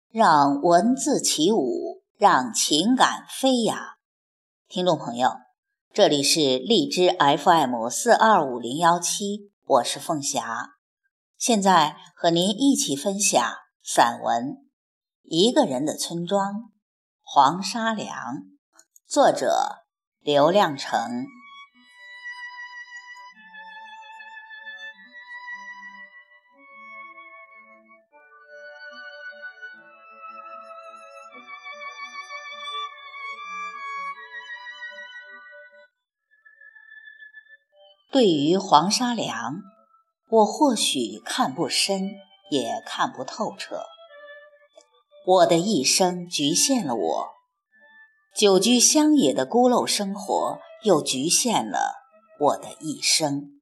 让文字起舞，让情感飞扬。听众朋友，这里是荔枝 FM425017，我是凤霞，现在和您一起分享散文《一个人的村庄》，黄沙良，作者刘亮程。对于黄沙良，我或许看不深，也看不透彻。我的一生局限了我，久居乡野的孤陋生活又局限了我的一生。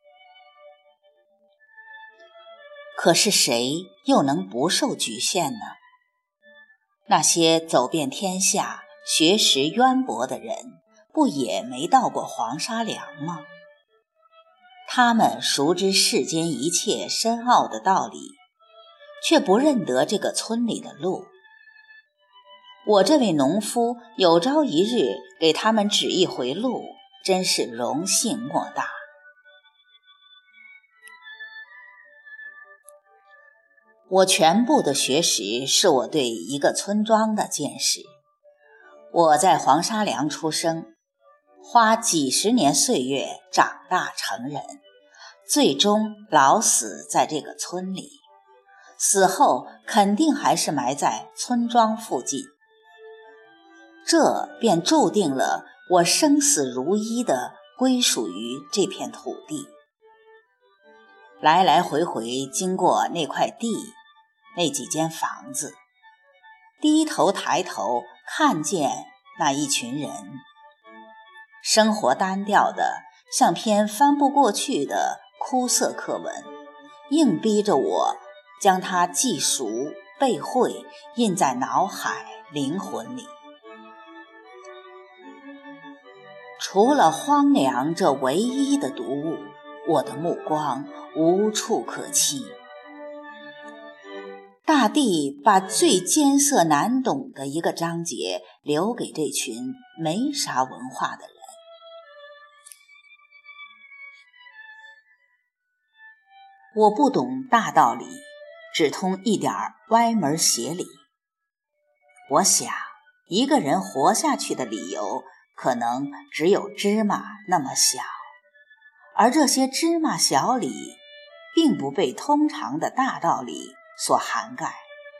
可是谁又能不受局限呢？那些走遍天下、学识渊博的人，不也没到过黄沙良吗？他们熟知世间一切深奥的道理，却不认得这个村里的路。我这位农夫有朝一日给他们指一回路，真是荣幸莫大。我全部的学识是我对一个村庄的见识。我在黄沙良出生，花几十年岁月长大成人，最终老死在这个村里，死后肯定还是埋在村庄附近。这便注定了我生死如一地归属于这片土地。来来回回经过那块地，那几间房子，低头抬头看见那一群人，生活单调的像篇翻不过去的枯涩课文，硬逼着我将它记熟背会，印在脑海灵魂里。除了荒凉这唯一的读物，我的目光无处可栖。大地把最艰涩难懂的一个章节留给这群没啥文化的人。我不懂大道理，只通一点歪门邪理。我想，一个人活下去的理由可能只有芝麻那么小，而这些芝麻小理并不被通常的大道理所涵盖。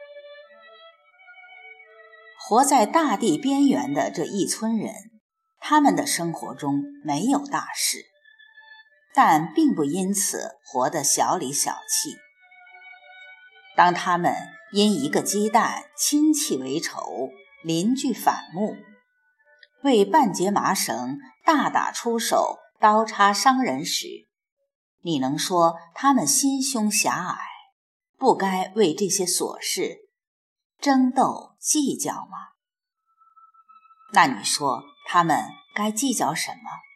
活在大地边缘的这一村人，他们的生活中没有大事，但并不因此活得小里小气。当他们因一个鸡蛋亲戚为仇，邻居反目，为半截麻绳大打出手，刀叉伤人时，你能说他们心胸狭隘，不该为这些琐事争斗计较吗？那你说他们该计较什么？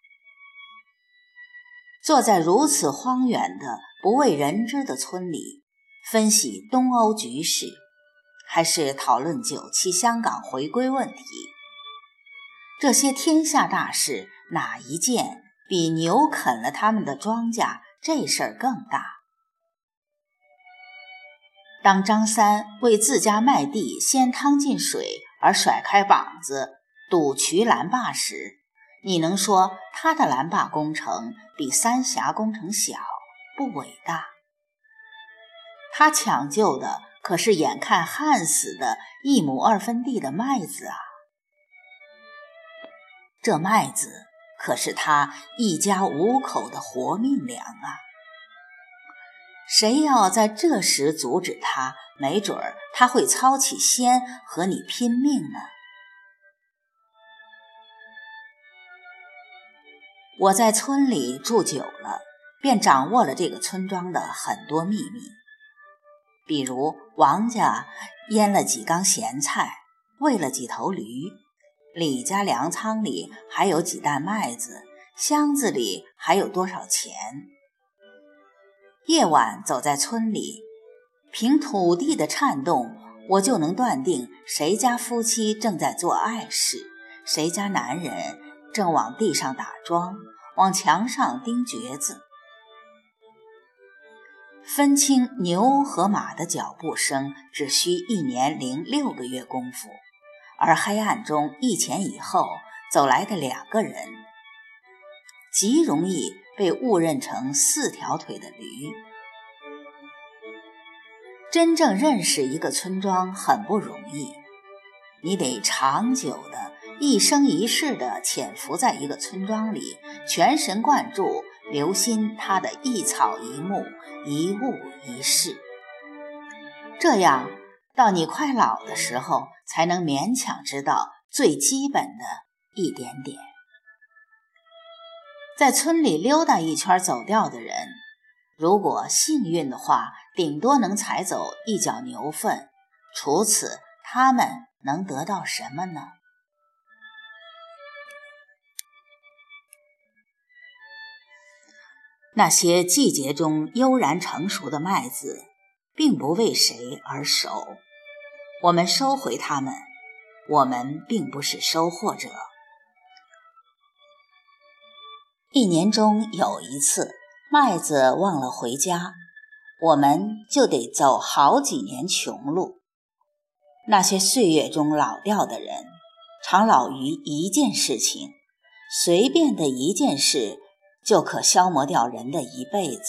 坐在如此荒远的不为人知的村里，分析东欧局势，还是讨论97香港回归问题？这些天下大事，哪一件比牛啃了他们的庄稼这事儿更大？当张三为自家麦地先趟进水而甩开膀子堵渠拦坝时，你能说他的拦坝工程比三峡工程小，不伟大？他抢救的可是眼看旱死的1亩2分地的麦子啊！这麦子可是他一家5口的活命粮啊！谁要在这时阻止他，没准儿他会操起先和你拼命呢。我在村里住久了，便掌握了这个村庄的很多秘密。比如王家腌了几缸咸菜，喂了几头驴，李家粮仓里还有几担麦子，箱子里还有多少钱。夜晚走在村里，凭土地的颤动， 我就能断定谁家夫妻正在做爱事，谁家男人正往地上打桩，往墙上钉橛子。分清牛和马的脚步声只需1年零6个月功夫，而黑暗中一前一后走来的2个人，极容易被误认成4条腿的驴。真正认识一个村庄很不容易，你得长久的、一生一世的潜伏在一个村庄里，全神贯注，留心它的一草一木、一物一事。这样，到你快老的时候，才能勉强知道最基本的一点点。在村里溜达一圈走掉的人，如果幸运的话，顶多能踩走1脚牛粪，除此他们能得到什么呢？那些季节中悠然成熟的麦子，并不为谁而熟，我们收回它们，我们并不是收获者。1年中有一次，麦子忘了回家，我们就得走好几年穷路。那些岁月中老掉的人，常老于一件事情，随便的一件事就可消磨掉人的一辈子。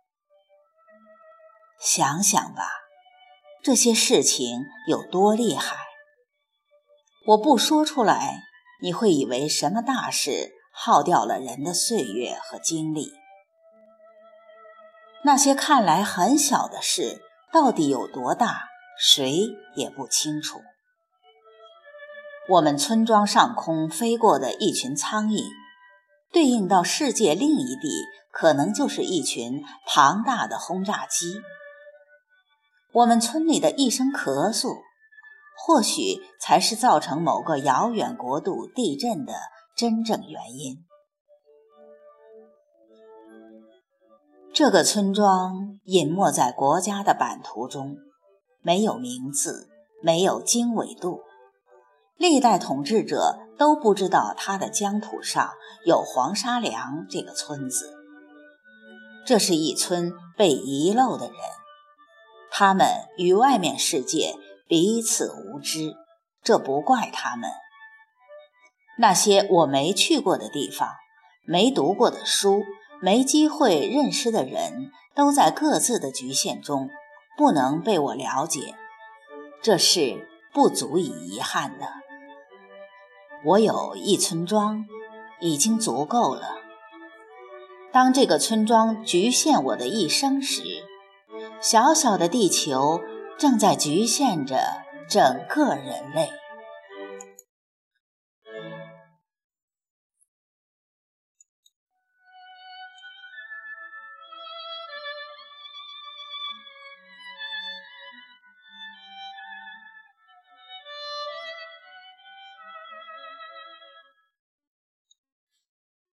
想想吧，这些事情有多厉害。我不说出来，你会以为什么大事耗掉了人的岁月和精力。那些看来很小的事，到底有多大，谁也不清楚。我们村庄上空飞过的一群苍蝇，对应到世界另一地，可能就是一群庞大的轰炸机。我们村里的一声咳嗽，或许才是造成某个遥远国度地震的真正原因。这个村庄隐没在国家的版图中，没有名字，没有经纬度，历代统治者都不知道它的疆土上有黄沙梁这个村子。这是一村被遗漏的人，他们与外面世界彼此无知，这不怪他们。那些我没去过的地方，没读过的书，没机会认识的人，都在各自的局限中，不能被我了解，这是不足以遗憾的。我有一村庄，已经足够了。当这个村庄局限我的一生时，小小的地球正在局限着整个人类。